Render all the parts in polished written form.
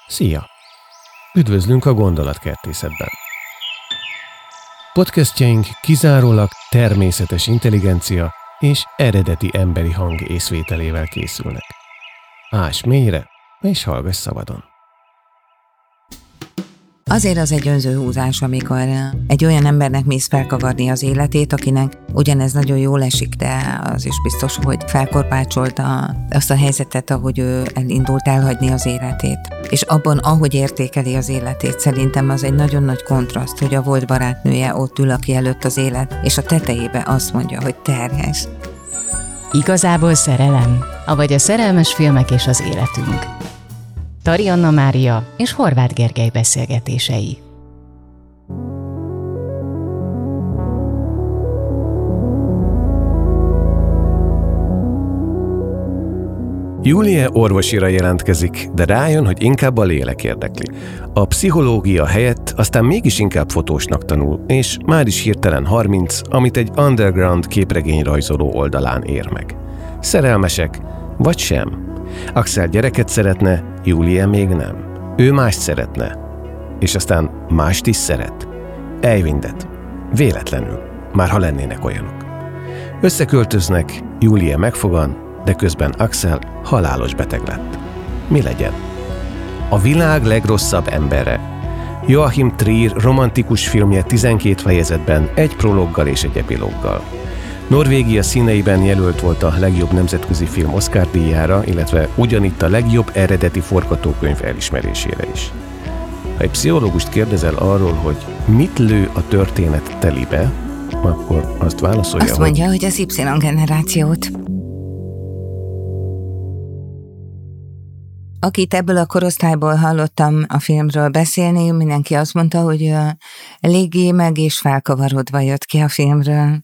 Szia! Üdvözlünk a Gondolatkertészetben. Podcastjaink kizárólag természetes intelligencia és eredeti emberi hang észvételével készülnek. Ás mélyre, és hallgass szabadon. Azért az egy önző húzás, amikor egy olyan embernek mész felkavarni az életét, akinek ugyanez nagyon jól esik, de az is biztos, hogy felkorbácsolta azt a helyzetet, ahogy ő elindult elhagyni az életét. És abban, ahogy értékeli az életét, szerintem az egy nagyon nagy kontraszt, hogy a volt barátnője ott ül, aki előtt az élet, és a tetejébe azt mondja, hogy terhes. Igazából szerelem, avagy a szerelmes filmek és az életünk. Tari Anna Mária és Horváth Gergely beszélgetései. Julie orvosira jelentkezik, de rájön, hogy inkább a lélek érdekli. A pszichológia helyett aztán mégis inkább fotósnak tanul, és már is hirtelen 30, amit egy underground képregényrajzoló oldalán ér meg. Szerelmesek, vagy sem? Axel gyereket szeretne, Julie még nem. Ő mást szeretne. És aztán mást is szeret. Eyvindet. Véletlenül. Már ha lennének olyanok. Összeköltöznek, Julie megfogan, de közben Axel halálos beteg lett. Mi legyen? A világ legrosszabb embere. Joachim Trier romantikus filmje 12 fejezetben, egy prologgal és egy epilóggal. Norvégia színeiben jelölt volt a legjobb nemzetközi film Oscar-díjára, illetve ugyanitt a legjobb eredeti forgatókönyv elismerésére is. Ha egy pszichológust kérdezel arról, hogy mit lő a történet telibe, akkor azt válaszolja, azt mondja, hogy az Y-generációt. Akit ebből a korosztályból hallottam a filmről beszélni, mindenki azt mondta, hogy eléggé meg és felkavarodva jött ki a filmről,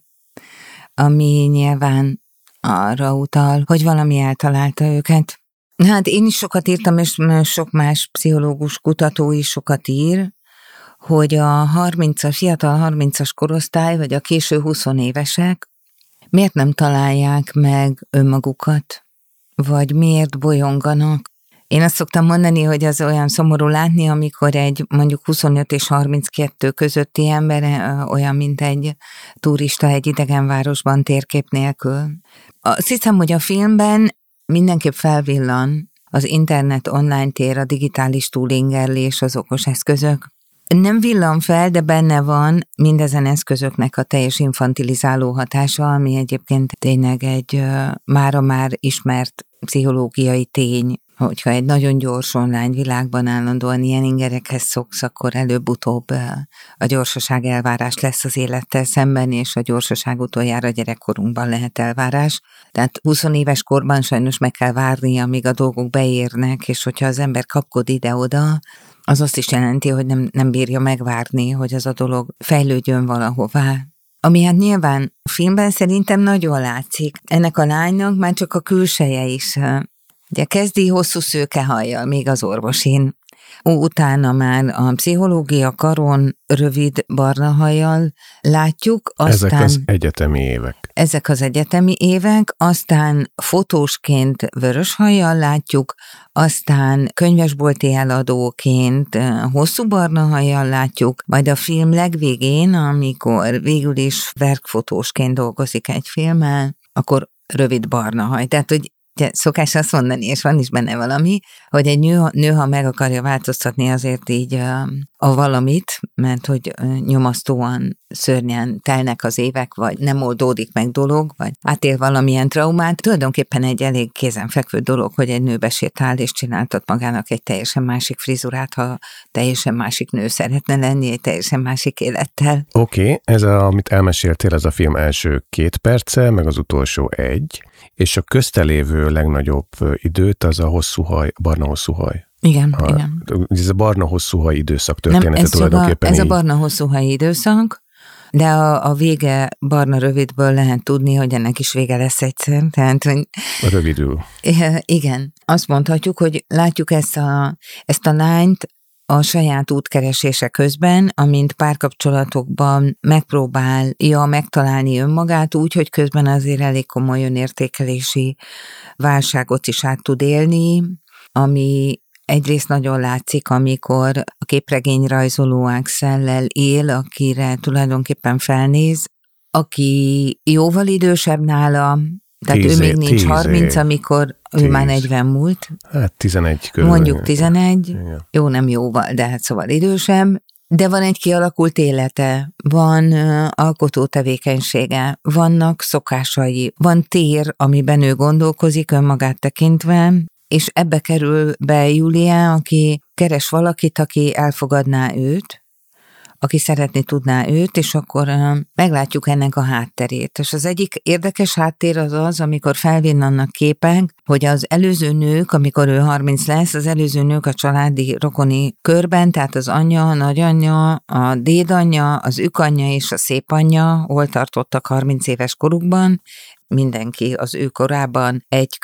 ami nyilván arra utal, hogy valami eltalálta őket. Hát én is sokat írtam, és sok más pszichológus kutató is sokat ír, hogy a fiatal 30-as korosztály, vagy a késő 20 évesek miért nem találják meg önmagukat, vagy miért bolyonganak. Én azt szoktam mondani, hogy az olyan szomorú látni, amikor egy mondjuk 25 és 32 közötti ember olyan, mint egy turista egy idegen városban térkép nélkül. Azt hiszem, hogy a filmben mindenképp felvillan az internet online tér, a digitális túlingerlés, az okos eszközök. Nem villan fel, de benne van mindezen eszközöknek a teljes infantilizáló hatása, ami egyébként tényleg egy mára már ismert pszichológiai tény, hogyha egy nagyon gyors online világban állandóan ilyen ingerekhez szoksz, akkor előbb-utóbb a gyorsaság elvárás lesz az élettel szemben, és a gyorsaság utoljára gyerekkorunkban lehet elvárás. Tehát 20 éves korban sajnos meg kell várni, amíg a dolgok beérnek, és hogyha az ember kapkod ide-oda, az azt is jelenti, hogy nem bírja megvárni, hogy az a dolog fejlődjön valahová. Ami hát nyilván a filmben szerintem nagyon látszik. Ennek a lánynak már csak a külseje is. Ugye kezdi hosszú szőkehajjal, még az orvosin. Utána már a pszichológia karon rövid barna hajjal látjuk. Aztán ezek az egyetemi évek. Ezek az egyetemi évek, aztán fotósként vörös hajjal látjuk, aztán könyvesbolti eladóként hosszú barna hajjal látjuk, majd a film legvégén, amikor végül is verkfotósként dolgozik egy filmmel, akkor rövid barna haj. Tehát, hogy szokás azt mondani, és van is benne valami, hogy egy nő, ha meg akarja változtatni azért így a valamit, mert hogy nyomasztóan szörnyen telnek az évek, vagy nem oldódik meg dolog, vagy átél valamilyen traumát, tulajdonképpen egy elég kézenfekvő dolog, hogy egy nő besétál és csináltat magának egy teljesen másik frizurát, ha teljesen másik nő szeretne lenni, egy teljesen másik élettel. Oké, ez amit elmeséltél, ez a film első 2 perce, meg az utolsó 1, és a köztelévő legnagyobb időt az a hosszú haj, barna hosszú haj. Igen, igen. Ez a barna hosszú haj időszak története nem, tulajdonképpen. Ez a barna hosszú haj időszak, de a vége barna rövidből lehet tudni, hogy ennek is vége lesz egyszer. Tehát, hogy rövidül. Igen. Azt mondhatjuk, hogy látjuk ezt a lányt a saját útkeresése közben, amint párkapcsolatokban megpróbálja megtalálni önmagát úgy, hogy közben azért elég komoly önértékelési válságot is át tud élni, ami egyrészt nagyon látszik, amikor a képregényrajzoló Axellel él, akire tulajdonképpen felnéz, aki jóval idősebb nála, tehát ő még nincs 30, amikor ő már 40 múlt. Hát 11 körül. Mondjuk 11, igen. Jó, nem jóval, de hát szóval idősebb. De van egy kialakult élete, van alkotó tevékenysége, vannak szokásai, van tér, amiben ő gondolkozik önmagát tekintve, és ebbe kerül be Julia, aki keres valakit, aki elfogadná őt, aki szeretni tudná őt, és akkor meglátjuk ennek a hátterét. És az egyik érdekes háttér az, amikor felvillannak képek, hogy az előző nők, amikor ő 30 lesz, az előző nők a családi rokoni körben, tehát az anyja, a nagyanyja, a dédanyja, az ükanyja és a szépanyja, hol tartottak 30 éves korukban, mindenki az ő korában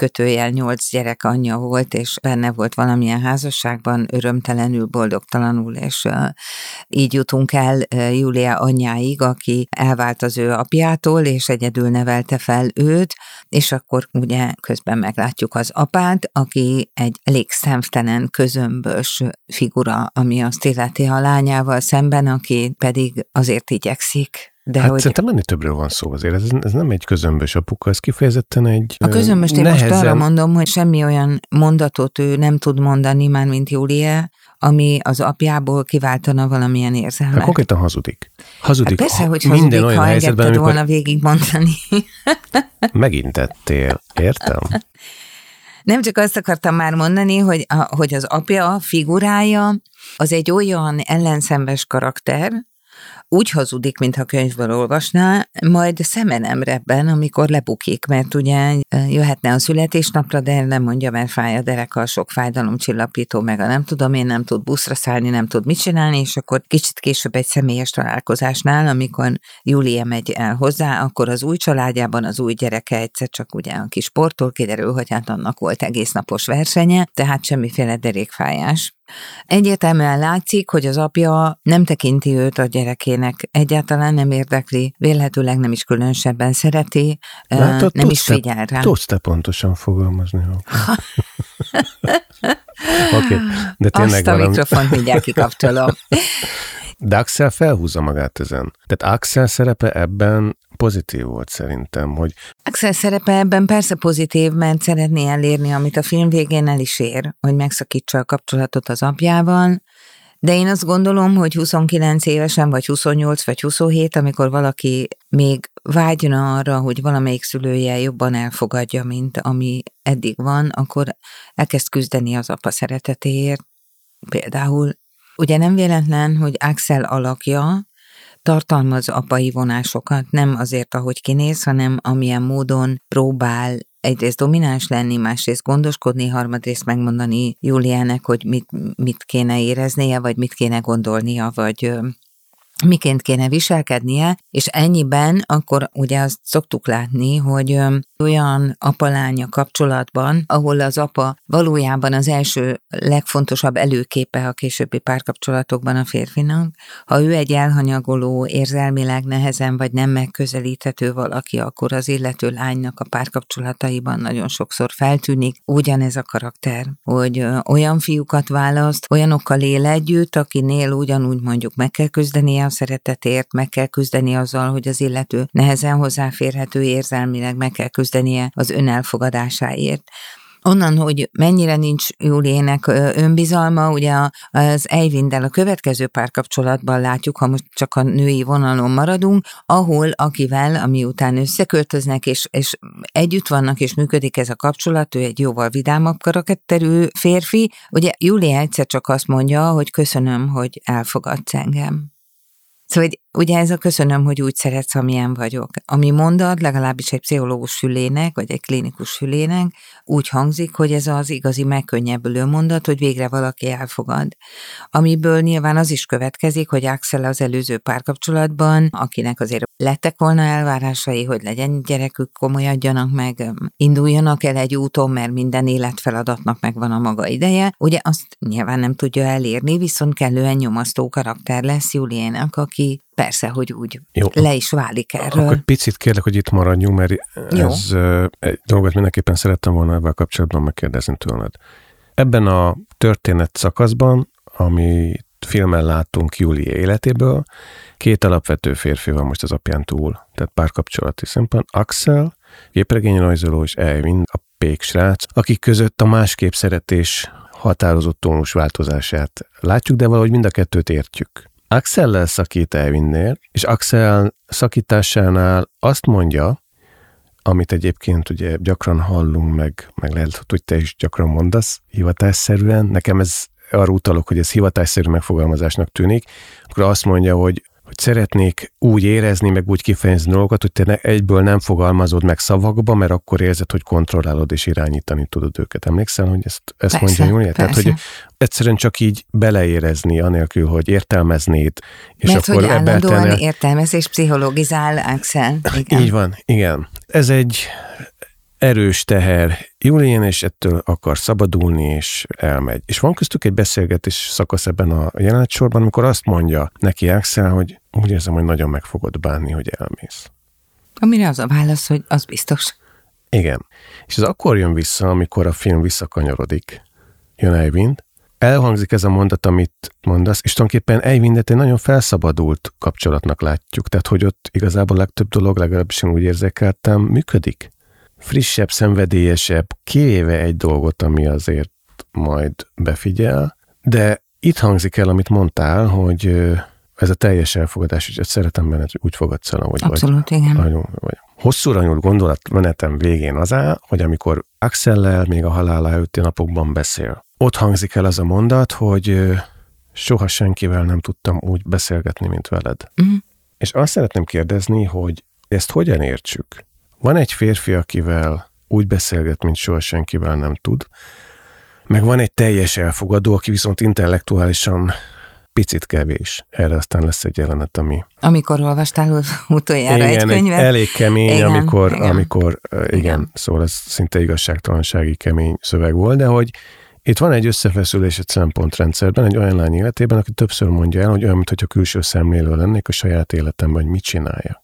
1/8 gyerek anyja volt, és benne volt valamilyen házasságban, örömtelenül, boldogtalanul, és így jutunk el Julia anyjáig, aki elvált az ő apjától, és egyedül nevelte fel őt, és akkor ugye közben meglátjuk az apát, aki egy elég szemtelen, közömbös figura, ami azt illeti a lányával szemben, aki pedig azért igyekszik. De hát hogy... szerintem ennél többről van szó azért. Ez nem egy közömbös apuka, ez kifejezetten egy A közömböst én most arra mondom, hogy semmi olyan mondatot ő nem tud mondani, már mint Julia, ami az apjából kiváltana valamilyen érzelmet. Hát konkrétan hazudik. Hát persze, hogy hazudik, ha engedted volna végigmondani. Megint tettél, értem? Nem csak azt akartam már mondani, hogy az apja figurája az egy olyan ellenszenves karakter, úgy hazudik, mintha könyvből olvasná, majd szemen nem rebben, amikor lebukik, mert ugye jöhetne a születésnapra, de nem mondja, mert fáj a dereka, sok fájdalomcsillapító, meg a nem tudom én, nem tud buszra szállni, nem tud mit csinálni, és akkor kicsit később egy személyes találkozásnál, amikor Julia megy el hozzá, akkor az új családjában az új gyereke egyszer csak ugye a kis sporttól kiderül, hogy hát annak volt egész napos versenye, tehát semmiféle derékfájás. Egyértelműen látszik, hogy az apja nem tekinti őt a gyerekének, egyáltalán nem érdekli, vélhetőleg nem is különösebben szereti, látod, nem is figyel rá. Tudsz te pontosan fogalmazni. Okay, de tényleg azt a mikrofont mindjárt kikapcsolom. De Axel felhúzza magát ezen. Tehát Axel szerepe ebben pozitív volt szerintem, hogy... Axel szerepe ebben persze pozitív, mert szeretné elérni, amit a film végén el is ér, hogy megszakítsa a kapcsolatot az apjával, de én azt gondolom, hogy 29 évesen, vagy 28, vagy 27, amikor valaki még vágyna arra, hogy valamelyik szülője jobban elfogadja, mint ami eddig van, akkor elkezd küzdeni az apa szeretetéért. Például ugye nem véletlen, hogy Axel alakja tartalmaz apai vonásokat, nem azért, ahogy kinéz, hanem amilyen módon próbál egyrészt domináns lenni, másrészt gondoskodni, harmadrészt megmondani Juliának, hogy mit kéne éreznie, vagy mit kéne gondolnia, vagy miként kéne viselkednie, és ennyiben akkor ugye azt szoktuk látni, hogy olyan apa-lánya kapcsolatban, ahol az apa valójában az első legfontosabb előképe a későbbi párkapcsolatokban a férfinak, ha ő egy elhanyagoló, érzelmileg nehezen vagy nem megközelíthető valaki, akkor az illető lánynak a párkapcsolataiban nagyon sokszor feltűnik ugyanez a karakter, hogy olyan fiúkat választ, olyanokkal él együtt, akinél ugyanúgy mondjuk meg kell küzdenie a szeretetért, meg kell küzdeni azzal, hogy az illető nehezen hozzáférhető érzelmileg, meg kell küzdenie az önelfogadásáért. Onnan, hogy mennyire nincs Juliének önbizalma, ugye az Eyvinddel a következő párkapcsolatban látjuk, ha most csak a női vonalon maradunk, ahol akivel, ami után összeköltöznek, és együtt vannak, és működik ez a kapcsolat, ő egy jóval vidámabb karakterű férfi, ugye Julia egyszer csak azt mondja, hogy köszönöm, hogy elfogadsz engem. Szóval ugye ez a köszönöm, hogy úgy szeretsz, amilyen vagyok. Ami mondat, legalábbis egy pszichológus fülének, vagy egy klinikus fülének úgy hangzik, hogy ez az igazi megkönnyebbülő mondat, hogy végre valaki elfogad. Amiből nyilván az is következik, hogy Axel az előző párkapcsolatban, akinek azért lettek volna elvárásai, hogy legyen gyerekük, komolyadjanak meg, induljanak el egy úton, mert minden életfeladatnak megvan a maga ideje. Ugye azt nyilván nem tudja elérni, viszont kellően nyomasztó karakter lesz Juliének, aki persze, hogy úgy jó, le is válik erről. Akkor picit kérlek, hogy itt maradjunk, mert ez egy dolgot mindenképpen szerettem volna ebben kapcsolatban megkérdezni tőled. ebben a történet szakaszban, amit filmen látunk Julie életéből, 2 alapvető férfi van most az apján túl, tehát párkapcsolati szempont. Axel, képregényrajzoló, és Eivind, a pék srác, akik között a másképp szeretés határozott tónus változását látjuk, de valahogy mind a kettőt értjük. Axellel szakít Eivindnél, és Axel szakításánál azt mondja, amit egyébként ugye gyakran hallunk, meg lehet, hogy te is gyakran mondasz hivatásszerűen. Nekem ez arra utalok, hogy ez hivatásszerű megfogalmazásnak tűnik, akkor azt mondja, hogy szeretnék úgy érezni, meg úgy kifejezni dolgokat, hogy te egyből nem fogalmazod meg szavakba, mert akkor érzed, hogy kontrollálod és irányítani tudod őket. Emlékszel, hogy ezt persze, mondja Júlia? Tehát, hogy egyszerűen csak így beleérezni, anélkül, hogy értelmeznéd. És mert akkor hogy állandóan értelmez és pszichológizál Axel. Igen. Így van, igen. Ez egy erős teher Julien, és ettől akar szabadulni, és elmegy. És van köztük egy beszélgetés szakasz ebben a jelenetsorban, amikor azt mondja neki Axel, hogy úgy érzem, hogy nagyon meg fogod bánni, hogy elmész. Amire az a válasz, hogy az biztos. Igen. És ez akkor jön vissza, amikor a film visszakanyarodik. Jön Eivind. Elhangzik ez a mondat, amit mondasz, és tulajdonképpen Eivindet egy nagyon felszabadult kapcsolatnak látjuk. Tehát, hogy ott igazából legtöbb dolog, legalábbis én úgy érzékeltem, működik. Frissebb, szenvedélyesebb, kivéve egy dolgot, ami azért majd befigyel, de itt hangzik el, amit mondtál, hogy ez a teljes elfogadás, hogy szeretem benned, hogy úgy fogadsz el, ahogy abszolút, vagy. Igen. Vagy. Hosszúra nyúlt gondolatmenetem végén az áll, hogy amikor Axellel még a halála előtti napokban beszél, ott hangzik el az a mondat, hogy soha senkivel nem tudtam úgy beszélgetni, mint veled. Uh-huh. És azt szeretném kérdezni, hogy ezt hogyan értsük? Van egy férfi, akivel úgy beszélget, mint soha senkivel nem tud, meg van egy teljes elfogadó, aki viszont intellektuálisan picit kevés. Erre aztán lesz egy jelenet, ami... Amikor olvastál utoljára egy könyvet. Elég kemény, igen, amikor szóval ez szinte igazságtalansági kemény szöveg volt, de hogy itt van egy összefeszülés egy szempontrendszerben, egy olyan lány életében, aki többször mondja el, hogy olyan, mintha külső szemlélő lennék a saját életemben, hogy mit csinálja.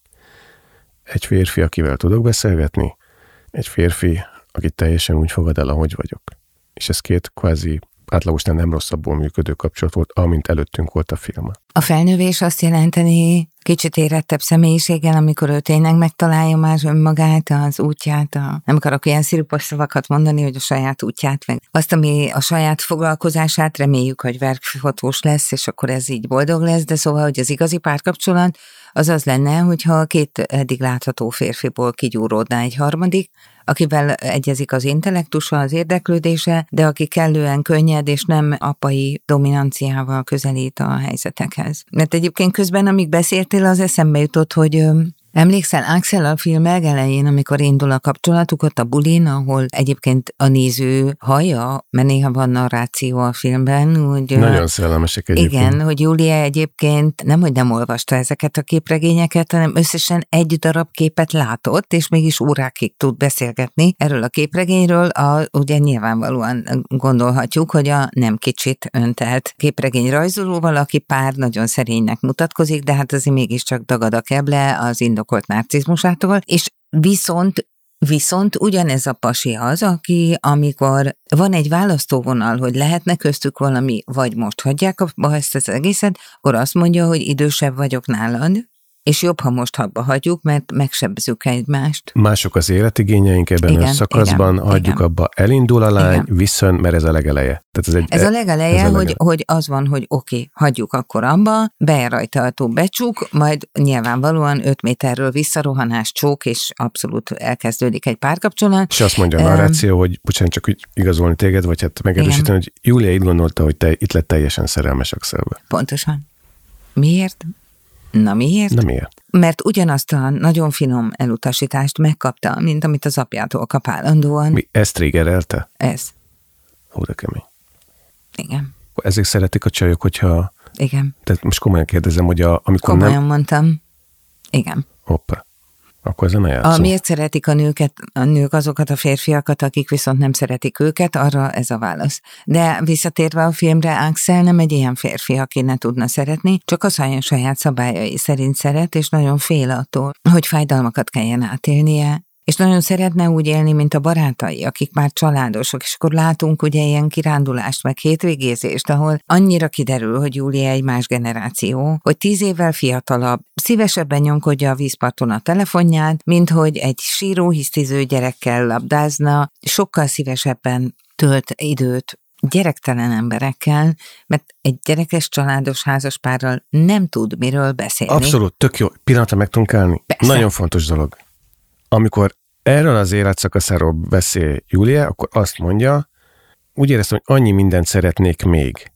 Egy férfi, akivel tudok beszélgetni, egy férfi, aki teljesen úgy fogad el, ahogy vagyok. És ez 2 kvázi átlagosnál nem rosszabbul működő kapcsolat volt, amint előttünk volt a film. A felnövés azt jelenteni kicsit érettebb személyiséggel, amikor ő tényleg megtalálja már önmagát, az útját, nem akarok ilyen szirupos szavakat mondani, hogy a saját útját, meg azt, ami a saját foglalkozását, reméljük, hogy verkfotós lesz, és akkor ez így boldog lesz, de szóval, hogy az igazi párkapcsolat az az lenne, hogyha 2 eddig látható férfiból kigyúródna egy harmadik, akivel egyezik az intellektusa, az érdeklődése, de aki kellően könnyed és nem apai dominanciával közelít a helyzetekhez. Mert egyébként közben, amíg beszéltél, az eszembe jutott, hogy emlékszel Axel a film legelején, amikor indul a kapcsolatuk ott a bulin, ahol egyébként a néző hallja, mert néha van narráció a filmben, hogy... Nagyon szellemesek egyébként. Igen, hogy Julia egyébként nemhogy nem olvasta ezeket a képregényeket, hanem összesen 1 darab képet látott, és mégis órákig tud beszélgetni erről a képregényről. Ugye nyilvánvalóan gondolhatjuk, hogy a nem kicsit öntelt képregényrajzolóval, aki pár nagyon szerénynek mutatkozik, de hát azért mégiscsak dagad a keble az indokolt narcizmusától, és viszont ugyanez a pasi az, aki amikor van egy választóvonal, hogy lehetne köztük valami, vagy most hagyják abba ezt az egészet, akkor azt mondja, hogy idősebb vagyok nálad, és jobb, ha most abba hagyjuk, mert megsebzük egymást. Mások az életigényeink ebben a szakaszban, hagyjuk abba, elindul a lány, visszön, mert ez a legeleje. Tehát ez a legeleje, hogy az van, hogy oké, hagyjuk akkor abba, bejön rajta a tó, becsuk, majd nyilvánvalóan 5 méterről visszarohanás, csók, és abszolút elkezdődik egy párkapcsolat. És azt mondja a narráció, hogy bocsánat, csak úgy igazolni téged, vagy hát megerősíteni, hogy Júlia így gondolta, hogy te itt lett teljesen szerelmes Axelbe. Pontosan. Miért? Na miért? Na miért? Mert ugyanazt a nagyon finom elutasítást megkapta, mint amit az apjától kap állandóan. Mi ezt triggerelte? Ez. Hú, de kemény. Igen. Ezért szeretik a csajok, hogyha... Igen. Tehát most komolyan kérdezem, hogy amikor komolyan mondtam. Igen. Hoppá. Akkor ezen ne játszom. Miért szeretik a nők azokat a férfiakat, akik viszont nem szeretik őket, arra ez a válasz. De visszatérve a filmre, Axel nem egy ilyen férfi, aki ne tudna szeretni, csak a saját szabályai szerint szeret, és nagyon fél attól, hogy fájdalmakat kelljen átélnie, és nagyon szeretne úgy élni, mint a barátai, akik már családosok, és akkor látunk ugye ilyen kirándulást, meg hétvégézést, ahol annyira kiderül, hogy Júlia egy más generáció, hogy 10 évvel fiatalabb, szívesebben nyomkodja a vízparton a telefonját, mint hogy egy síró, hisztiző gyerekkel labdázna, sokkal szívesebben tölt időt gyerektelen emberekkel, mert egy gyerekes családos házaspárral nem tud miről beszélni. Abszolút, tök jó. Pillanatra meg tudunk állni. Persze. Nagyon fontos dolog. Amikor erről az életszakaszáról beszél Júlia, akkor azt mondja, úgy éreztem, hogy annyi mindent szeretnék még.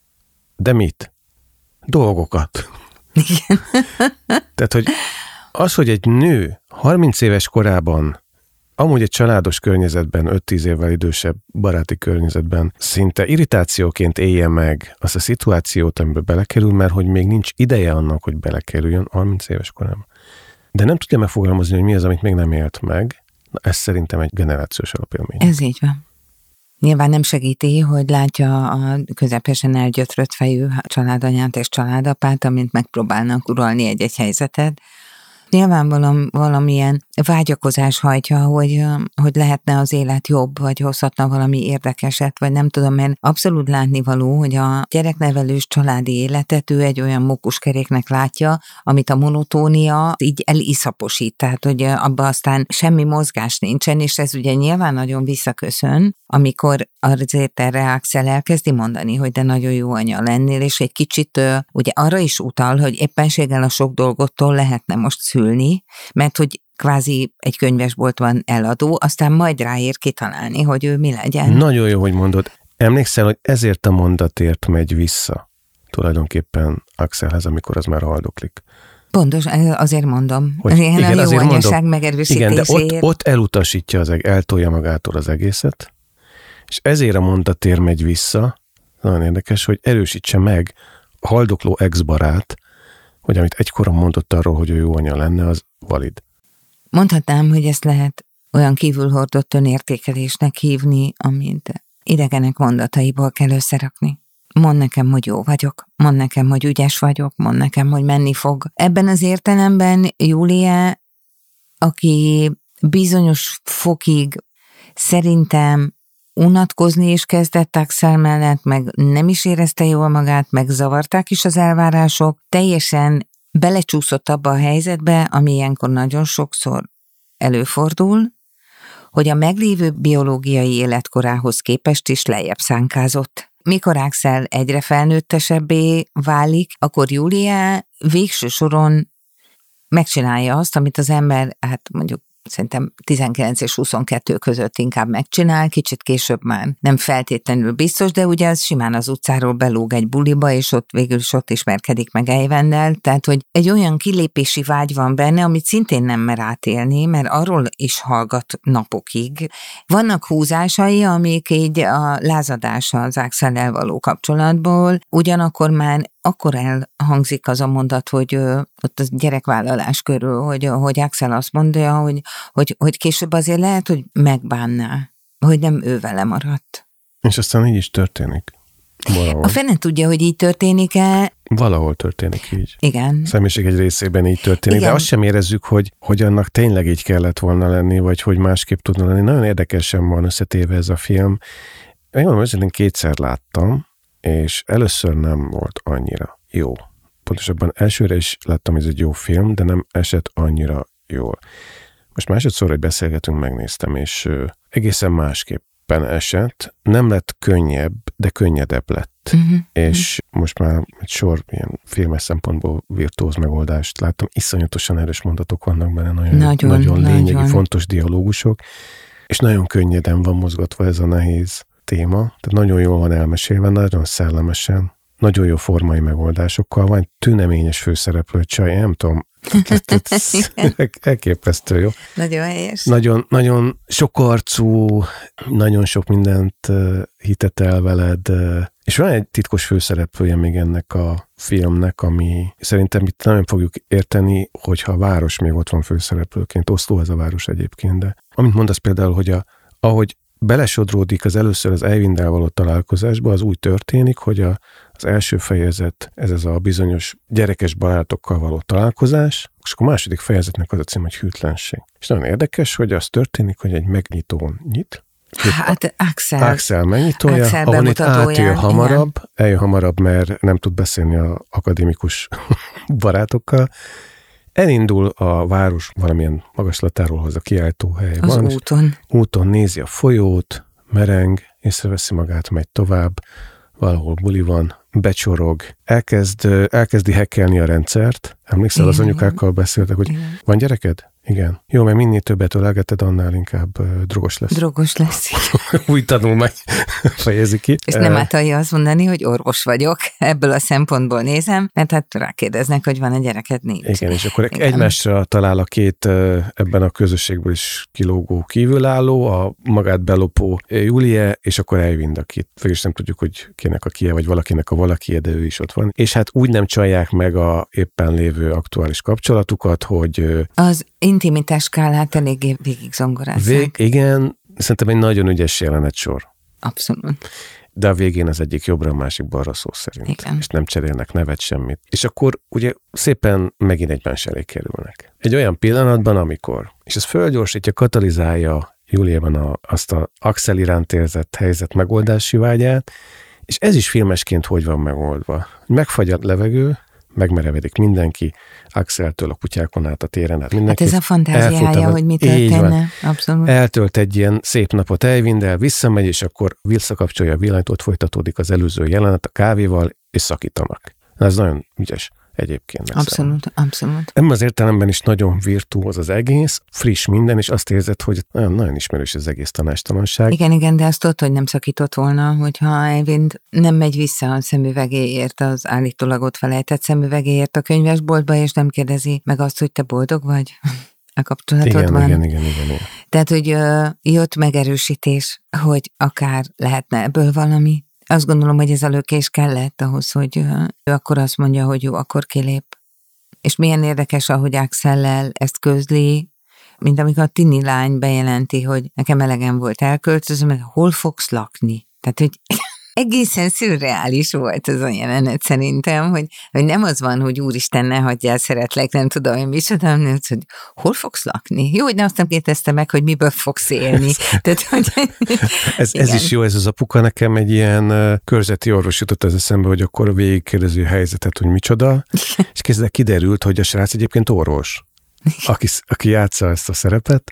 De mit? Dolgokat. Igen. Tehát, hogy az, hogy egy nő 30 éves korában amúgy egy családos környezetben, 5-10 évvel idősebb baráti környezetben szinte irritációként élje meg azt a szituációt, amiben belekerül, mert hogy még nincs ideje annak, hogy belekerüljön 30 éves korában. De nem tudja megfogalmazni, hogy mi az, amit még nem élt meg. Na, ez szerintem egy generációs alapélmény. Ez így van. Nyilván nem segíti, hogy látja a közepesen elgyötrött fejű családanyát és családapát, amint megpróbálnak uralni egy-egy helyzetet. Nyilván valamilyen vágyakozás hajtja, hogy lehetne az élet jobb, vagy hozhatna valami érdekeset, vagy nem tudom, mert abszolút látnivaló, hogy a gyereknevelős családi életet ő egy olyan mókuskeréknek látja, amit a monotónia így eliszaposít, tehát hogy abban aztán semmi mozgás nincsen, és ez ugye nyilván nagyon visszaköszön, amikor azért erre Axel elkezdi mondani, hogy de nagyon jó anya lennél, és egy kicsit ugye arra is utal, hogy éppenséggel a sok dolgottól lehetne most szülni, mert hogy kvázi egy könyvesboltban eladó, aztán majd ráér kitalálni, hogy ő mi legyen. Nagyon jó, hogy mondod. Emlékszel, hogy ezért a mondatért megy vissza tulajdonképpen Axelhez, amikor az már haldoklik. Pontos, azért mondom. Hogy, igen, a jó anyaság megerősítéséért. Igen, de ott elutasítja, eltolja magától az egészet, és ezért a mondatér megy vissza, nagyon érdekes, hogy erősítse meg a haldokló ex-barát, hogy amit egykoron mondott arról, hogy ő jó anya lenne, az valid. Mondhatnám, hogy ezt lehet olyan kívülhordott önértékelésnek hívni, amint idegenek mondataiból kell összerakni. Mondd nekem, hogy jó vagyok, mondd nekem, hogy ügyes vagyok, mondd nekem, hogy menni fog. Ebben az értelemben Júlia, aki bizonyos fokig szerintem unatkozni is kezdett Axel mellett, meg nem is érezte jól magát, meg zavarták is az elvárások, teljesen belecsúszott abba a helyzetbe, ami ilyenkor nagyon sokszor előfordul, hogy a meglévő biológiai életkorához képest is lejjebb szánkázott. Mikor Axel egyre felnőttesebbé válik, akkor Júlia végső soron megcsinálja azt, amit az ember, hát mondjuk szerintem 19 és 22 között inkább megcsinál, kicsit később már nem feltétlenül biztos, de ugye az simán az utcáról belóg egy buliba, és ott végül is ott ismerkedik meg Eivennel, tehát hogy egy olyan kilépési vágy van benne, amit szintén nem mer átélni, mert arról is hallgat napokig. Vannak húzásai, amik így a lázadása az Axellel való kapcsolatból, ugyanakkor már akkor elhangzik az a mondat, hogy ott a gyerekvállalás körül, hogy Axel azt mondja, hogy később azért lehet, hogy megbánná, hogy nem ő vele maradt. És aztán így is történik. Valahol. A fene tudja, hogy így történik-e. Valahol történik így. Igen. A személyiség egy részében így történik, igen. De azt sem érezzük, hogy annak tényleg így kellett volna lenni, vagy hogy másképp tudna lenni. Nagyon érdekesen van összetéve ez a film. Megmondom, őszintén 2-szer láttam, és először nem volt annyira jó. Pontosabban elsőre is láttam, hogy ez egy jó film, de nem esett annyira jól. Most másodszor, hogy beszélgetünk, megnéztem, és egészen másképpen esett. Nem lett könnyebb, de könnyedebb lett. Uh-huh. És most már egy sor ilyen filmes szempontból virtuóz megoldást láttam. Iszonyatosan erős mondatok vannak benne, nagyon lényegi, fontos dialógusok, és nagyon könnyeden van mozgatva ez a nehéz téma, tehát nagyon jól van elmesélve, nagyon szellemesen, nagyon jó formai megoldásokkal van, tüneményes főszereplő csaj, nem tudom, elképesztő jó. Nagyon helyes. Nagyon sok arcú, nagyon sok mindent hitet el veled, és van egy titkos főszereplője még ennek a filmnek, ami szerintem itt nem fogjuk érteni, hogyha a város még ott van főszereplőként, Oszló ez a város egyébként, de amit mondasz például, hogy ahogy belesodródik az először az Eivinddel való találkozásba, az úgy történik, hogy az első fejezet, ez a bizonyos gyerekes barátokkal való találkozás, és akkor a második fejezetnek az a cím, hogy hűtlenség. És nagyon érdekes, hogy az történik, hogy egy megnyitón nyit. Hát Axel megnyitója, ahol itt eljön hamarabb, mert nem tud beszélni az akadémikus barátokkal. Elindul a város valamilyen magaslatáról, hoz a kiáltóhely van. Az úton nézi a folyót, mereng, észreveszi magát, megy tovább, valahol buli van, becsorog, elkezdi hekkelni a rendszert. Emlékszel, az anyukákkal beszéltek, hogy van gyereked? Igen. Jó, mert minél többet ölelgeted, annál inkább drogos lesz. Drogos lesz. Új tanulmány fejezi ki. És nem általja azt mondani, hogy orvos vagyok, ebből a szempontból nézem, mert hát rákérdeznek, hogy van a gyereket, nincs. Igen, és akkor egymásra talál a két ebben a közösségből is kilógó kívülálló, a magát belopó Julie, és akkor Eivind, akit végül nem tudjuk, hogy kinek a kie, vagy valakinek a valakie, de ő is ott van. És hát úgy nem csalják meg a éppen lévő aktuális kapcsolatukat, hogy... Az intimitás skálát eléggé végig zongorázzák. Igen, szerintem egy nagyon ügyes jelenetsor. Abszolút. De a végén az egyik jobbra, a másik balra szó szerint. Igen. És nem cserélnek nevet, semmit. És akkor ugye szépen megint egymás elé kerülnek. Egy olyan pillanatban, amikor, és ez fölgyorsítja, katalizálja Juliában azt a Axel iránt érzett helyzet megoldási vágyát, és ez is filmesként hogy van megoldva. Megfagy a levegő, megmerevedik mindenki, Axeltől a kutyákon át a téren át mindenki. Hát ez a fantáziája, hogy mi történne. Abszolút. Eltölt egy ilyen szép napot Eivinddel, visszamegy, és akkor visszakapcsolja a villanyt, ott folytatódik az előző jelenet a kávéval, és szakítanak. Ez nagyon ügyes egyébként. Abszolút. Ebben az értelemben is nagyon virtuóz az egész, friss minden, és azt érzed, hogy nagyon ismerős az egész tanástalanság. Igen, de azt tudod, hogy nem szakított volna, hogyha Eivind nem megy vissza a szemüvegéért, az állítólag ott felejtett szemüvegéért a könyvesboltba, és nem kérdezi meg azt, hogy te boldog vagy a kapcsolatodban. Igen. Tehát, hogy jött megerősítés, hogy akár lehetne ebből valami. Azt gondolom, hogy ez a lökés kellett ahhoz, hogy ő akkor azt mondja, hogy jó, akkor kilép. És milyen érdekes, ahogy Axellel ezt közli, mint amikor a tini lány bejelenti, hogy nekem elegem volt elköltözöm, meg hol fogsz lakni? Tehát, hogy egészen szürreális volt ez a jelenet szerintem, hogy nem az van, hogy úristen, ne hagyjál, szeretlek, nem tudom, hogy micsoda, hanem hogy hol fogsz lakni? Jó, hogy azt nem kérdezte meg, hogy miből fogsz élni. Tehát, hogy ez is jó, ez az apuka, nekem egy ilyen körzeti orvos jutott ez eszembe, hogy akkor végigkérdező helyzetet, hogy micsoda, és kezdve kiderült, hogy a srác egyébként orvos. Aki játsza ezt a szerepet,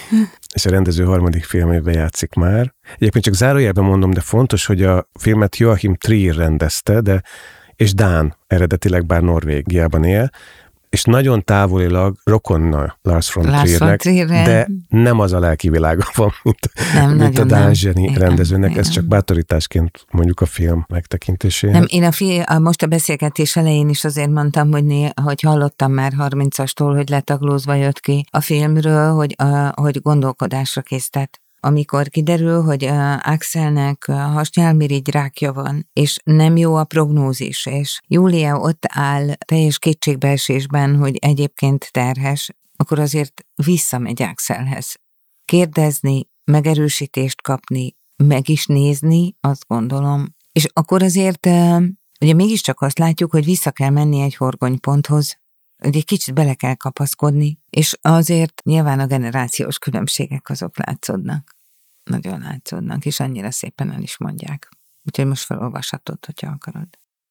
és a rendező harmadik filmében játszik már. Egyébként csak zárójelben mondom, de fontos, hogy a filmet Joachim Trier rendezte, és dán eredetileg, bár Norvégiában él, és nagyon távolilag rokonna Lars von Triernek, de nem az a lelki világa van, mint a dán zseni rendezőnek. Ez csak bátorításként mondjuk a film megtekintéséhez. Nem, én most a beszélgetés elején is azért mondtam, hogy hallottam már 30-astól, hogy letaglózva jött ki a filmről, hogy gondolkodásra késztet. Amikor kiderül, hogy Axelnek hasnyálmirigy rákja van, és nem jó a prognózis, és Julia ott áll teljes kétségbeesésben, hogy egyébként terhes, akkor azért visszamegy Axelhez. Kérdezni, megerősítést kapni, meg is nézni, azt gondolom. És akkor azért ugye mégiscsak azt látjuk, hogy vissza kell menni egy horgonyponthoz, hogy egy kicsit bele kell kapaszkodni, és azért nyilván a generációs különbségek azok látszódnak. Nagyon látszódnak, és annyira szépen el is mondják. Úgyhogy most felolvashatod, hogyha akarod.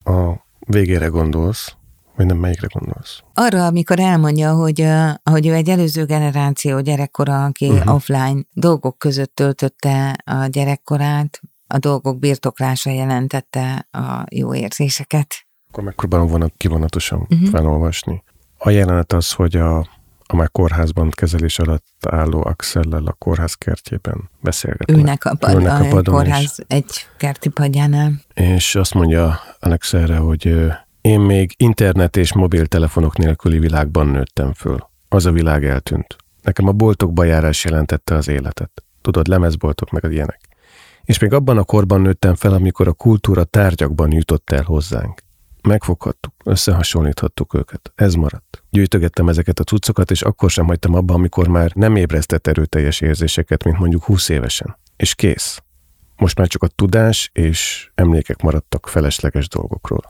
A végére gondolsz, vagy nem, melyikre gondolsz? Arra, amikor elmondja, hogy ő egy előző generáció gyerekkora, aki offline dolgok között töltötte a gyerekkorát, a dolgok birtoklása jelentette a jó érzéseket. Akkor megpróbálom kivonatosan felolvasni. A jelenet az, hogy a már kórházban kezelés alatt álló Axellel a kórház kertjében beszélgetnek. Ülnek a padon kórház egy kerti padjánál. És azt mondja Alex erre, hogy én még internet és mobiltelefonok nélküli világban nőttem föl. Az a világ eltűnt. Nekem a boltokba járás jelentette az életet. Tudod, lemezboltok meg az ilyenek. És még abban a korban nőttem fel, amikor a kultúra tárgyakban jutott el hozzánk. megfoghattuk, összehasonlíthattuk őket. Ez maradt. Gyűjtögettem ezeket a cuccokat, és akkor sem hagytam abba, amikor már nem ébresztett erőteljes érzéseket, mint mondjuk 20 évesen. És kész. Most már csak a tudás és emlékek maradtak felesleges dolgokról.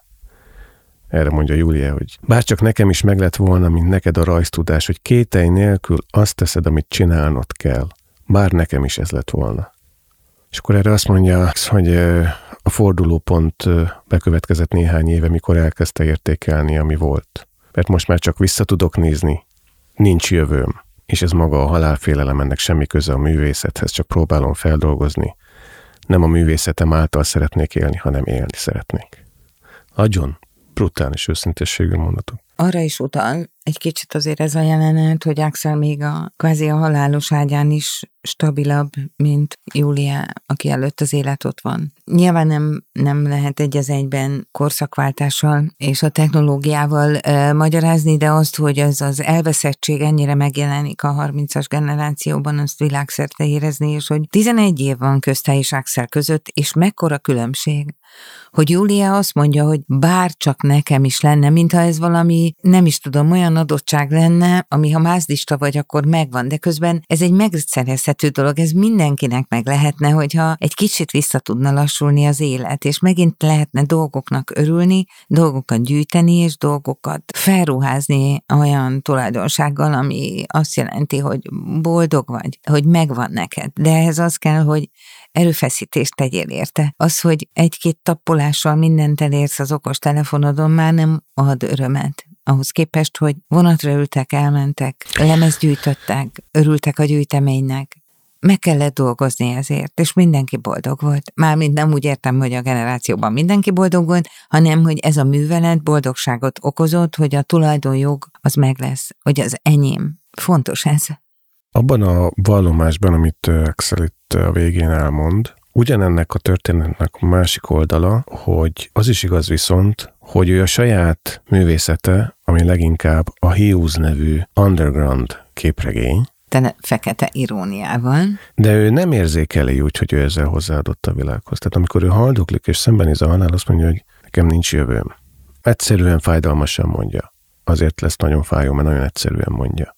Erre mondja Júlia, hogy bárcsak nekem is meg lett volna, mint neked a rajztudás, hogy kételj nélkül azt teszed, amit csinálnod kell. Bár nekem is ez lett volna. És akkor erre azt mondja, hogy a fordulópont bekövetkezett néhány éve, mikor elkezdte értékelni, ami volt. Mert most már csak vissza tudok nézni, nincs jövőm. És ez maga a halálfélelem, ennek semmi köze a művészethez, csak próbálom feldolgozni. Nem a művészetem által szeretnék élni, hanem élni szeretnék. Nagyon brutális őszintességű mondatok. Arra is utal egy kicsit azért ez a jelenet, hogy Axel még kvázi a halálos ágyán is stabilabb, mint Júlia, aki előtt az élet ott van. Nyilván nem lehet egy az egyben korszakváltással és a technológiával magyarázni, de azt, hogy az elveszettség ennyire megjelenik a 30-as generációban, azt világszerte érezni, és hogy 11 év van közte és Axel között, és mekkora különbség, hogy Júlia azt mondja, hogy bárcsak nekem is lenne, mintha ez valami, nem is tudom, olyan adottság lenne, ami ha mázdista vagy, akkor megvan, de közben ez egy megszerezhető dolog, ez mindenkinek meg lehetne, hogyha egy kicsit vissza tudna lassulni az élet, és megint lehetne dolgoknak örülni, dolgokat gyűjteni, és dolgokat felruházni olyan tulajdonsággal, ami azt jelenti, hogy boldog vagy, hogy megvan neked. De ehhez az kell, hogy erőfeszítést tegyél érte. Az, hogy egy-két tappolással mindent elérsz az okos telefonodon, már nem ad örömet. Ahhoz képest, hogy vonatra ültek, elmentek, lemezt gyűjtöttek, örültek a gyűjteménynek. Meg kellett dolgozni ezért, és mindenki boldog volt. Mármint nem úgy értem, hogy a generációban mindenki boldog volt, hanem, hogy ez a művelet boldogságot okozott, hogy a tulajdonjog az meg lesz, hogy az enyém. Fontos ez. Abban a vallomásban, amit Axel itt a végén elmond, ugyanennek a történetnek a másik oldala, hogy az is igaz viszont, hogy ő a saját művészete, ami leginkább a Hughes nevű underground képregény, tele fekete iróniával. De ő nem érzékeli úgy, hogy ő ezzel hozzáadott a világhoz. Tehát amikor ő haldoklik és szembenéz a halál, azt mondja, hogy nekem nincs jövőm. Egyszerűen fájdalmasan mondja. Azért lesz nagyon fájó, mert nagyon egyszerűen mondja.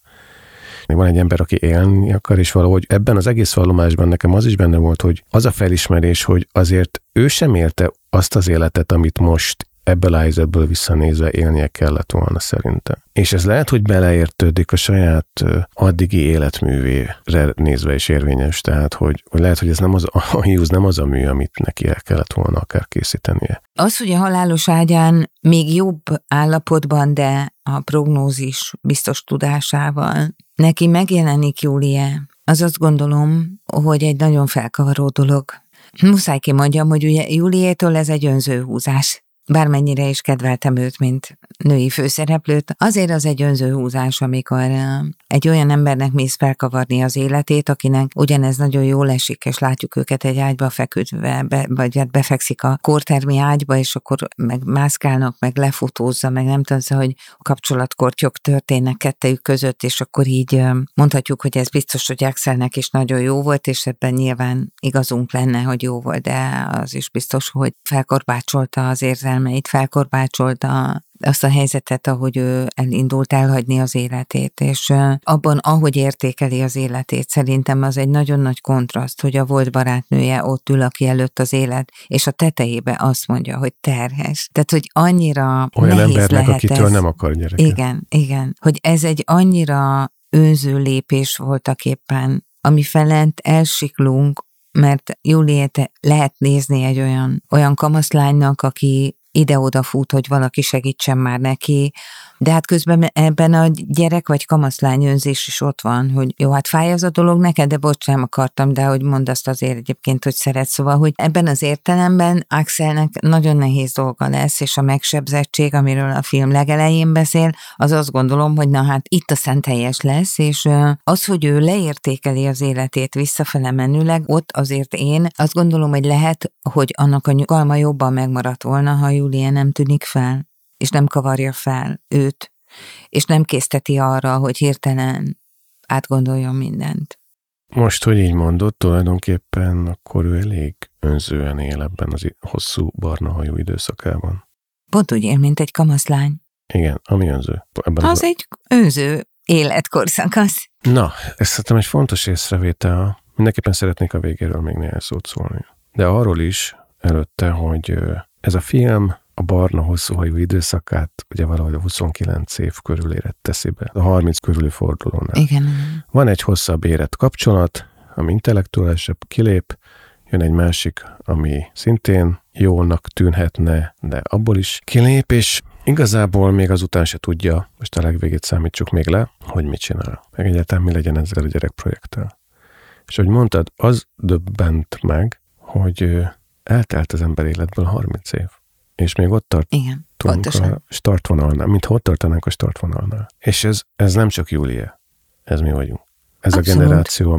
Van egy ember, aki élni akar, és valahogy ebben az egész vallomásban nekem az is benne volt, hogy az a felismerés, hogy azért ő sem élte azt az életet, amit most ebből a helyzetből visszanézve élnie kellett volna szerintem. És ez lehet, hogy beleértődik a saját addigi életművére nézve is érvényes, tehát hogy lehet, hogy ez nem az, a Hughes nem az a mű, amit neki el kellett volna akár készítenie. Az, hogy a halálos ágyán még jobb állapotban, de a prognózis biztos tudásával neki megjelenik Júlia, az azt gondolom, hogy egy nagyon felkavaró dolog. Muszáj kimondjam, hogy ugye Júliétől ez egy önzőhúzás. Bármennyire is kedveltem őt, mint női főszereplőt, azért az egy önzőhúzás, amikor egy olyan embernek mész felkavarni az életét, akinek ugyanez nagyon jól esik, és látjuk őket egy ágyba feküdve, vagy befekszik a kórtermi ágyba, és akkor meg mászkálnak, meg lefotózza, meg nem tudom, hogy kapcsolatkortyok történnek kettejük között, és akkor így mondhatjuk, hogy ez biztos, hogy Axelnek is nagyon jó volt, és ebben nyilván igazunk lenne, hogy jó volt, de az is biztos, hogy felkorbácsolta az érzelmeit, felkorbácsolta azt a helyzetet, ahogy ő elindult elhagyni az életét, és abban, ahogy értékeli az életét, szerintem az egy nagyon nagy kontraszt, hogy a volt barátnője ott ül, aki előtt az élet, és a tetejébe azt mondja, hogy terhes. Tehát, hogy annyira olyan nehéz embernek, lehet akitől ez. nem akar gyereket. Igen. Hogy ez egy annyira önző lépés voltak éppen, ami felett elsiklunk, mert Júliét lehet nézni egy olyan kamaszlánynak, aki ide-oda fut, hogy valaki segítsen már neki, de hát közben ebben a gyerek vagy kamaszlány önzés is ott van, hogy jó, hát fáj az a dolog neked, de bocs, nem akartam, de hogy mondd azt azért egyébként, hogy szeret, szóval, hogy ebben az értelemben Axelnek nagyon nehéz dolga lesz, és a megsebzettség, amiről a film legelején beszél, az azt gondolom, hogy na hát itt a szenteljes lesz, és az, hogy ő leértékeli az életét visszafele menőleg, ott azért én azt gondolom, hogy lehet, hogy annak a nyugalma jobban megmaradt volna, ha Júlia nem tűnik fel, és nem kavarja fel őt, és nem készteti arra, hogy hirtelen átgondoljon mindent. Most, hogy így mondod, tulajdonképpen akkor ő elég önzően él ebben az hosszú barna hajú időszakában. Pont úgy él, mint egy kamaszlány. Igen, ami önző. Az egy önző életkorszakasz. Na, ez szerintem egy fontos észrevétel. Mindenképpen szeretnék a végéről még néhány szót szólni. De arról is előtte, hogy ez a film a barna hosszúhajú időszakát ugye valahogy a 29 év körülére teszi be. A 30 körüli fordulónál. Igen. Van egy hosszabb érett kapcsolat, ami intellektuálisabb, kilép, jön egy másik, ami szintén jónak tűnhetne, de abból is kilép, és igazából még azután se tudja, most a legvégét számítsuk még le, hogy mit csinál. Meg egyáltalán mi legyen ezzel a gyerekprojekttel. És ahogy mondtad, az döbbent meg, hogy eltelt az ember életből 30 év. És még ott tartunk a startvonalnál, mintha ott tartanánk a startvonalnál. És ez nem csak Júlia, ez mi vagyunk. Ez abszolút. A generáció,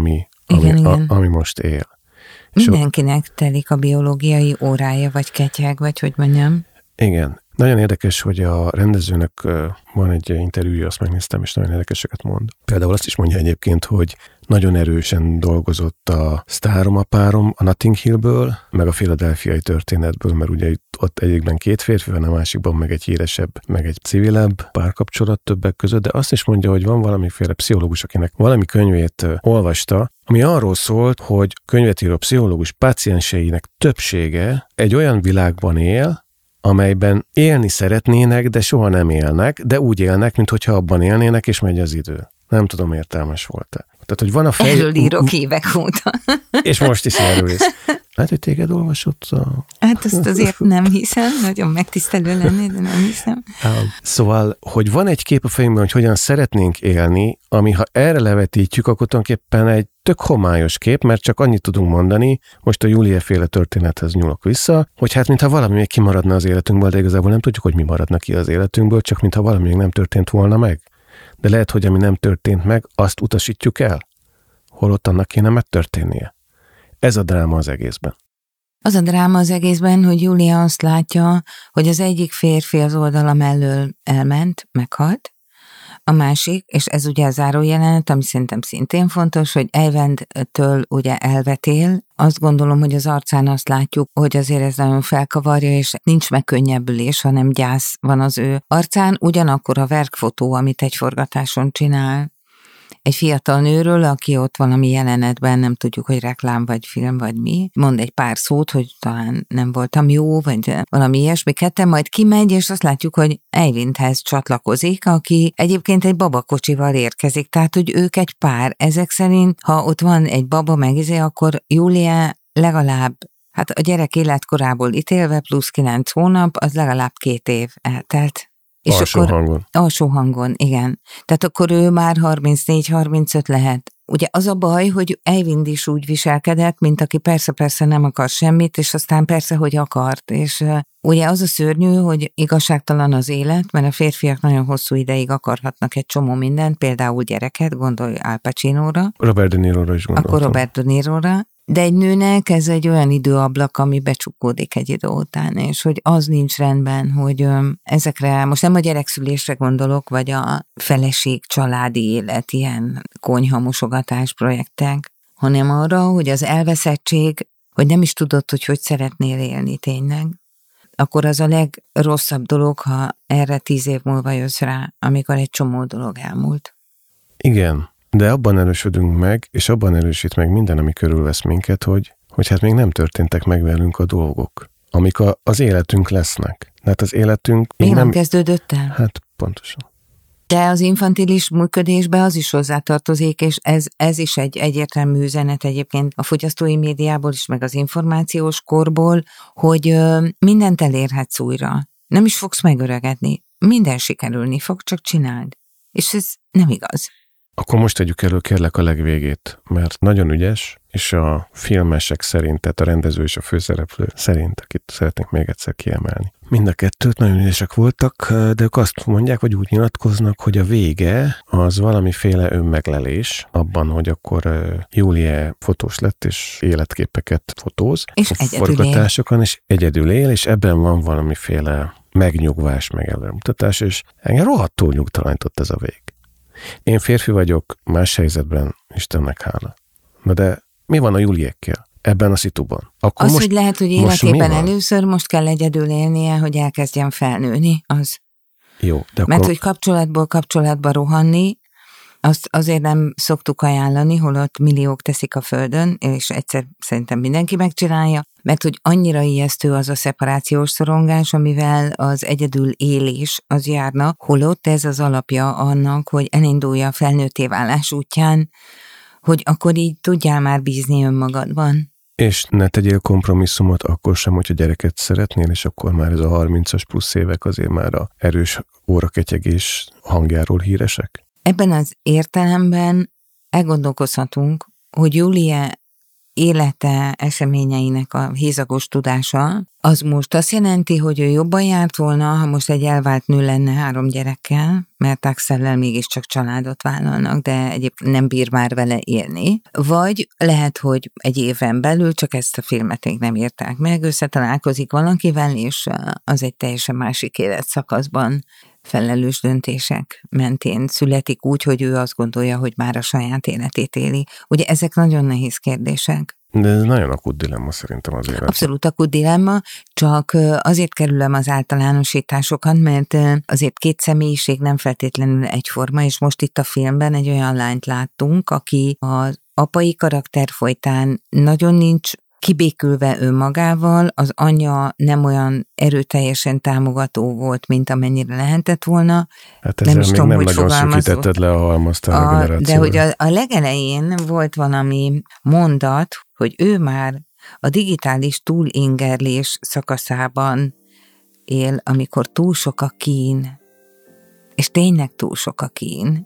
ami most él. Mindenkinek telik a biológiai órája, vagy ketyeg, vagy hogy mondjam. Igen. Nagyon érdekes, hogy a rendezőnek van egy interjúja, azt megnéztem, és nagyon érdekeseket mond. Például azt is mondja egyébként, hogy nagyon erősen dolgozott a Sztárom a párom a Notting Hillből, meg a Philadelphiai történetből, mert ugye ott egyikben 2 férfi van, a másikban meg egy híresebb, meg egy civilebb párkapcsolat többek között, de azt is mondja, hogy van valamiféle pszichológus, akinek valami könyvét olvasta, ami arról szólt, hogy könyvet író pszichológus pácienseinek többsége egy olyan világban él, amelyben élni szeretnének, de soha nem élnek, de úgy élnek, mintha abban élnének, és megy az idő. Nem tudom, értelmes volt-e. Tehát, hogy van a Erről írok évek óta. És most is erről is. Lehet, hogy téged olvasott Hát azt azért nem hiszem, nagyon megtisztelő lenni, de nem hiszem. Szóval, hogy van egy kép a fejünkben, hogy hogyan szeretnénk élni, ami ha erre levetítjük, akkor tulajdonképpen egy tök homályos kép, mert csak annyit tudunk mondani, most a Júlia-féle történethez nyúlok vissza, hogy hát mintha valami még kimaradna az életünkből, de igazából nem tudjuk, hogy mi maradna ki az életünkből, csak mintha valami még nem történt volna meg. De lehet, hogy ami nem történt meg, azt utasítjuk el, holott annak kéne megtörténnie. Ez a dráma az egészben. Az a dráma az egészben, hogy Júlia azt látja, hogy az egyik férfi az oldala mellől elment, meghalt, a másik, és ez ugye a zárójelenet, ami szerintem szintén fontos, hogy Eyvind-től ugye elvetél. Azt gondolom, hogy az arcán azt látjuk, hogy azért ez nagyon felkavarja, és nincs megkönnyebbülés, hanem gyász van az ő arcán. Ugyanakkor a verkfotó, amit egy forgatáson csinál, egy fiatal nőről, aki ott valami jelenetben, nem tudjuk, hogy reklám vagy film vagy mi, mond egy pár szót, hogy talán nem voltam jó, vagy valami ilyesmi, ketten majd kimegy, és azt látjuk, hogy Eyvindhez csatlakozik, aki egyébként egy babakocsival érkezik, tehát, hogy ők egy pár. Ezek szerint, ha ott van egy baba akkor Júlia legalább, hát a gyerek életkorából ítélve plusz 9 hónap, az legalább 2 év eltelt. És alsó hangon. Alsó hangon, igen. Tehát akkor ő már 34-35 lehet. Ugye az a baj, hogy Eyvind is úgy viselkedett, mint aki persze nem akar semmit, és aztán persze, hogy akart. És ugye az a szörnyű, hogy igazságtalan az élet, mert a férfiak nagyon hosszú ideig akarhatnak egy csomó mindent, például gyereket, gondolj Al Pacinóra. Robert De Niróra is gondoltam. Akkor Robert De Niróra. De egy nőnek ez egy olyan időablak, ami becsukódik egy idő után, és hogy az nincs rendben, hogy ezekre, most nem a gyerekszülésre gondolok, vagy a feleség családi élet, ilyen konyhamosogatás projektek, hanem arra, hogy az elveszettség, hogy nem is tudod, hogy szeretnél élni tényleg, akkor az a legrosszabb dolog, ha erre 10 év múlva jössz rá, amikor egy csomó dolog elmúlt. Igen. De abban erősödünk meg, és abban erősít meg minden, ami körülvesz minket, hogy hát még nem történtek meg velünk a dolgok, amik az életünk lesznek. Hát az életünk... Még nem kezdődött el? Hát pontosan. De az infantilis működésbe az is hozzátartozik, és ez is egy egyértelmű üzenet egyébként a fogyasztói médiából is, meg az információs korból, hogy mindent elérhetsz újra. Nem is fogsz megöregedni. Minden sikerülni fog, csak csináld. És ez nem igaz. Akkor most tegyük elő kérlek a legvégét, mert nagyon ügyes, és a filmesek szerint, tehát a rendező és a főszereplő szerint, akit szeretnék még egyszer kiemelni. Mind a kettőt nagyon ügyesek voltak, de ők azt mondják, vagy úgy nyilatkoznak, hogy a vége az valamiféle önmeglelés abban, hogy akkor Júlia fotós lett, és életképeket fotóz. És a forgatásokon, és egyedül él, és ebben van valamiféle megnyugvás, meg előmutatás, és engem rohadtul nyugtalanított ez a vég. Én férfi vagyok, más helyzetben, Istennek hála. Na de mi van a Juliekkel? ebben a szituban. Akkor az, hogy lehet, hogy életében először most kell egyedül élnie, hogy elkezdjen felnőni, az. Jó, de akkor... Mert hogy kapcsolatból kapcsolatba rohanni, azt azért nem szoktuk ajánlani, holott milliók teszik a földön, és egyszer szerintem mindenki megcsinálja, mert hogy annyira ijesztő az a szeparációs szorongás, amivel az egyedül élés az járna, holott ez az alapja annak, hogy elindulja a felnőtté válás útján, hogy akkor így tudjál már bízni önmagadban. És ne tegyél kompromisszumot akkor sem, hogyha gyereket szeretnél, és akkor már ez a 30-as plusz évek azért már a erős óraketyegés hangjáról híresek? Ebben az értelemben elgondolkozhatunk, hogy Julie élete eseményeinek a hézagos tudása, az most azt jelenti, hogy ő jobban járt volna, ha most egy elvált nő lenne 3 gyerekkel, mert Axellel mégiscsak családot vállalnak, de egyébként nem bír már vele élni. Vagy lehet, hogy egy éven belül, csak ezt a filmet még nem írták meg, összetalálkozik valakivel, és az egy teljesen másik életszakaszban felelős döntések mentén születik úgy, hogy ő azt gondolja, hogy már a saját életét éli. Ugye ezek nagyon nehéz kérdések. De ez nagyon akut dilemma szerintem az élet. Abszolút akut dilemma, csak azért kerülöm az általánosításokat, mert azért 2 személyiség nem feltétlenül egyforma, és most itt a filmben egy olyan lányt láttunk, aki az apai karakter folytán nagyon nincs kibékülve önmagával, az anyja nem olyan erőteljesen támogató volt, mint amennyire lehetett volna. Hát ezzel nem még tudom, nem nagyon szűkítetted le a halmazt a generációra. De hogy a legelején volt valami mondat, hogy ő már a digitális túlingerlés szakaszában él, amikor túl sok a kín, és tényleg túl sok a kín.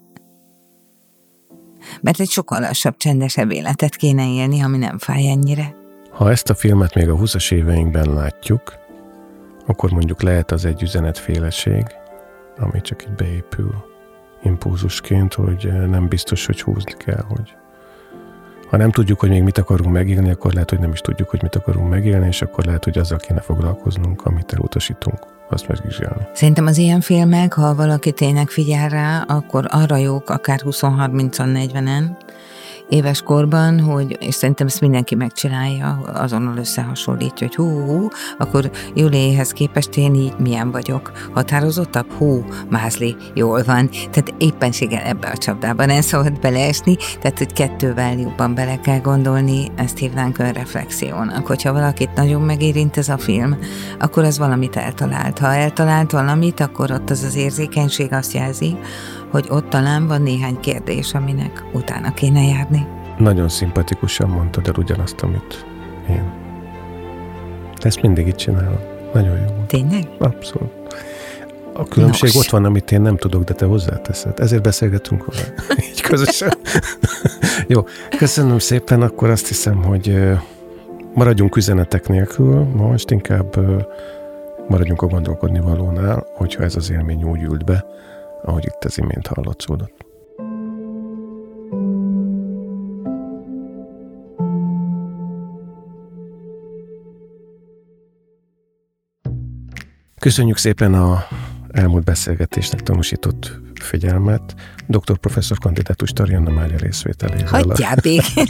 Mert egy sokkal lassabb, csendesebb életet kéne élni, ami nem fáj ennyire. Ha ezt a filmet még a 20-as éveinkben látjuk, akkor mondjuk lehet az egy üzenetféleség, ami csak így beépül impulzusként, hogy nem biztos, hogy húzni kell, hogy ha nem tudjuk, hogy még mit akarunk megélni, akkor lehet, hogy nem is tudjuk, hogy mit akarunk megélni, és akkor lehet, hogy azzal kéne foglalkoznunk, amit elutasítunk, azt megvizsgálni. Szerintem az ilyen filmek, ha valaki tényleg figyel rá, akkor arra jók, akár 20-30-40-en, éves korban, hogy, és szerintem ezt mindenki megcsinálja, azonnal összehasonlítja, hogy hú, akkor Juliéhez képest én így milyen vagyok. Határozottabb? Mázli, jól van. Tehát éppenséggel ebbe a csapdába nem szabad beleesni, tehát hogy 2-vel jobban bele kell gondolni, ezt hívnánk önreflexiónak. Hogyha valakit nagyon megérint ez a film, akkor az valamit eltalált. Ha eltalált valamit, akkor ott az érzékenység azt jelzi, hogy ott talán van néhány kérdés, aminek utána kéne járni. Nagyon szimpatikusan mondtad el ugyanazt, amit én. De ezt mindig így csinálom. Nagyon jó. Tényleg? Abszolút. A különbség ott van, amit én nem tudok, de te hozzáteszed. Ezért beszélgetünk hozzá. Így közösen. Jó, köszönöm szépen, akkor azt hiszem, hogy maradjunk üzenetek nélkül, most inkább maradjunk a gondolkodni valónál, hogyha ez az élmény úgy ült be, ahogy itt az imént hallatszódott. Köszönjük szépen a elmúlt beszélgetésnek tanúsított figyelmet. Dr. Professzor kandidátus Tarianna Mária részvételével. Hagyjál békén!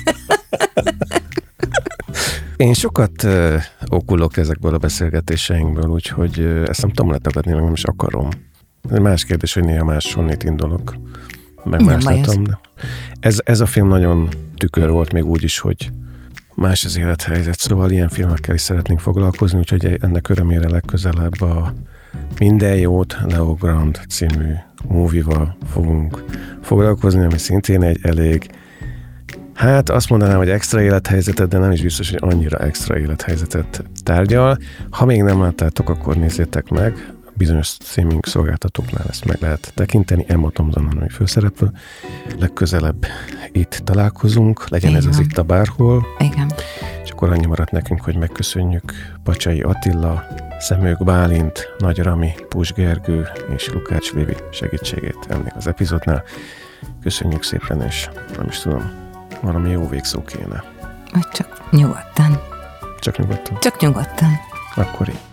Én sokat okulok ezekből a beszélgetéseinkből, úgyhogy ezt nem tudom letagadni, meg nem is akarom. Más kérdés, hogy néha máshonnét indulok, meg nem más látom. Ez a film nagyon tükör volt, még úgy is, hogy más az élethelyzet, szóval ilyen filmekkel is szeretnénk foglalkozni, úgyhogy ennek örömére legközelebb a Minden jót Leo Grande című movie-val fogunk foglalkozni, ami szintén egy elég, hát azt mondanám, hogy extra élethelyzetet, de nem is biztos, hogy annyira extra élethelyzetet tárgyal. Ha még nem láttátok, akkor nézzétek meg. Bizonyos streaming szolgáltatóknál ezt meg lehet tekinteni. Emma Thompson a főszereplő. Legközelebb itt találkozunk, legyen igen. Ez az Itt a Bárhol. Igen. És akkor annyi maradt nekünk, hogy megköszönjük Pacsai Attila, Szemők Bálint, Nagy Rami, Pus Gergő és Lukács Lévi segítségét ennél az epizódnál. Köszönjük szépen, és nem is tudom, valami jó végszó kéne. Vagy csak nyugodtan. Csak nyugodtan? Csak nyugodtan. Akkor így.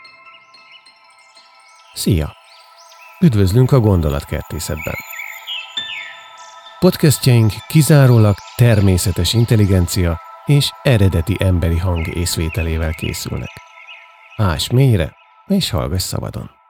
Szia! Üdvözlünk a Gondolatkertészetben! Podcastjaink kizárólag természetes intelligencia és eredeti emberi hang észvételével készülnek. Ás mélyre, és hallgass szabadon!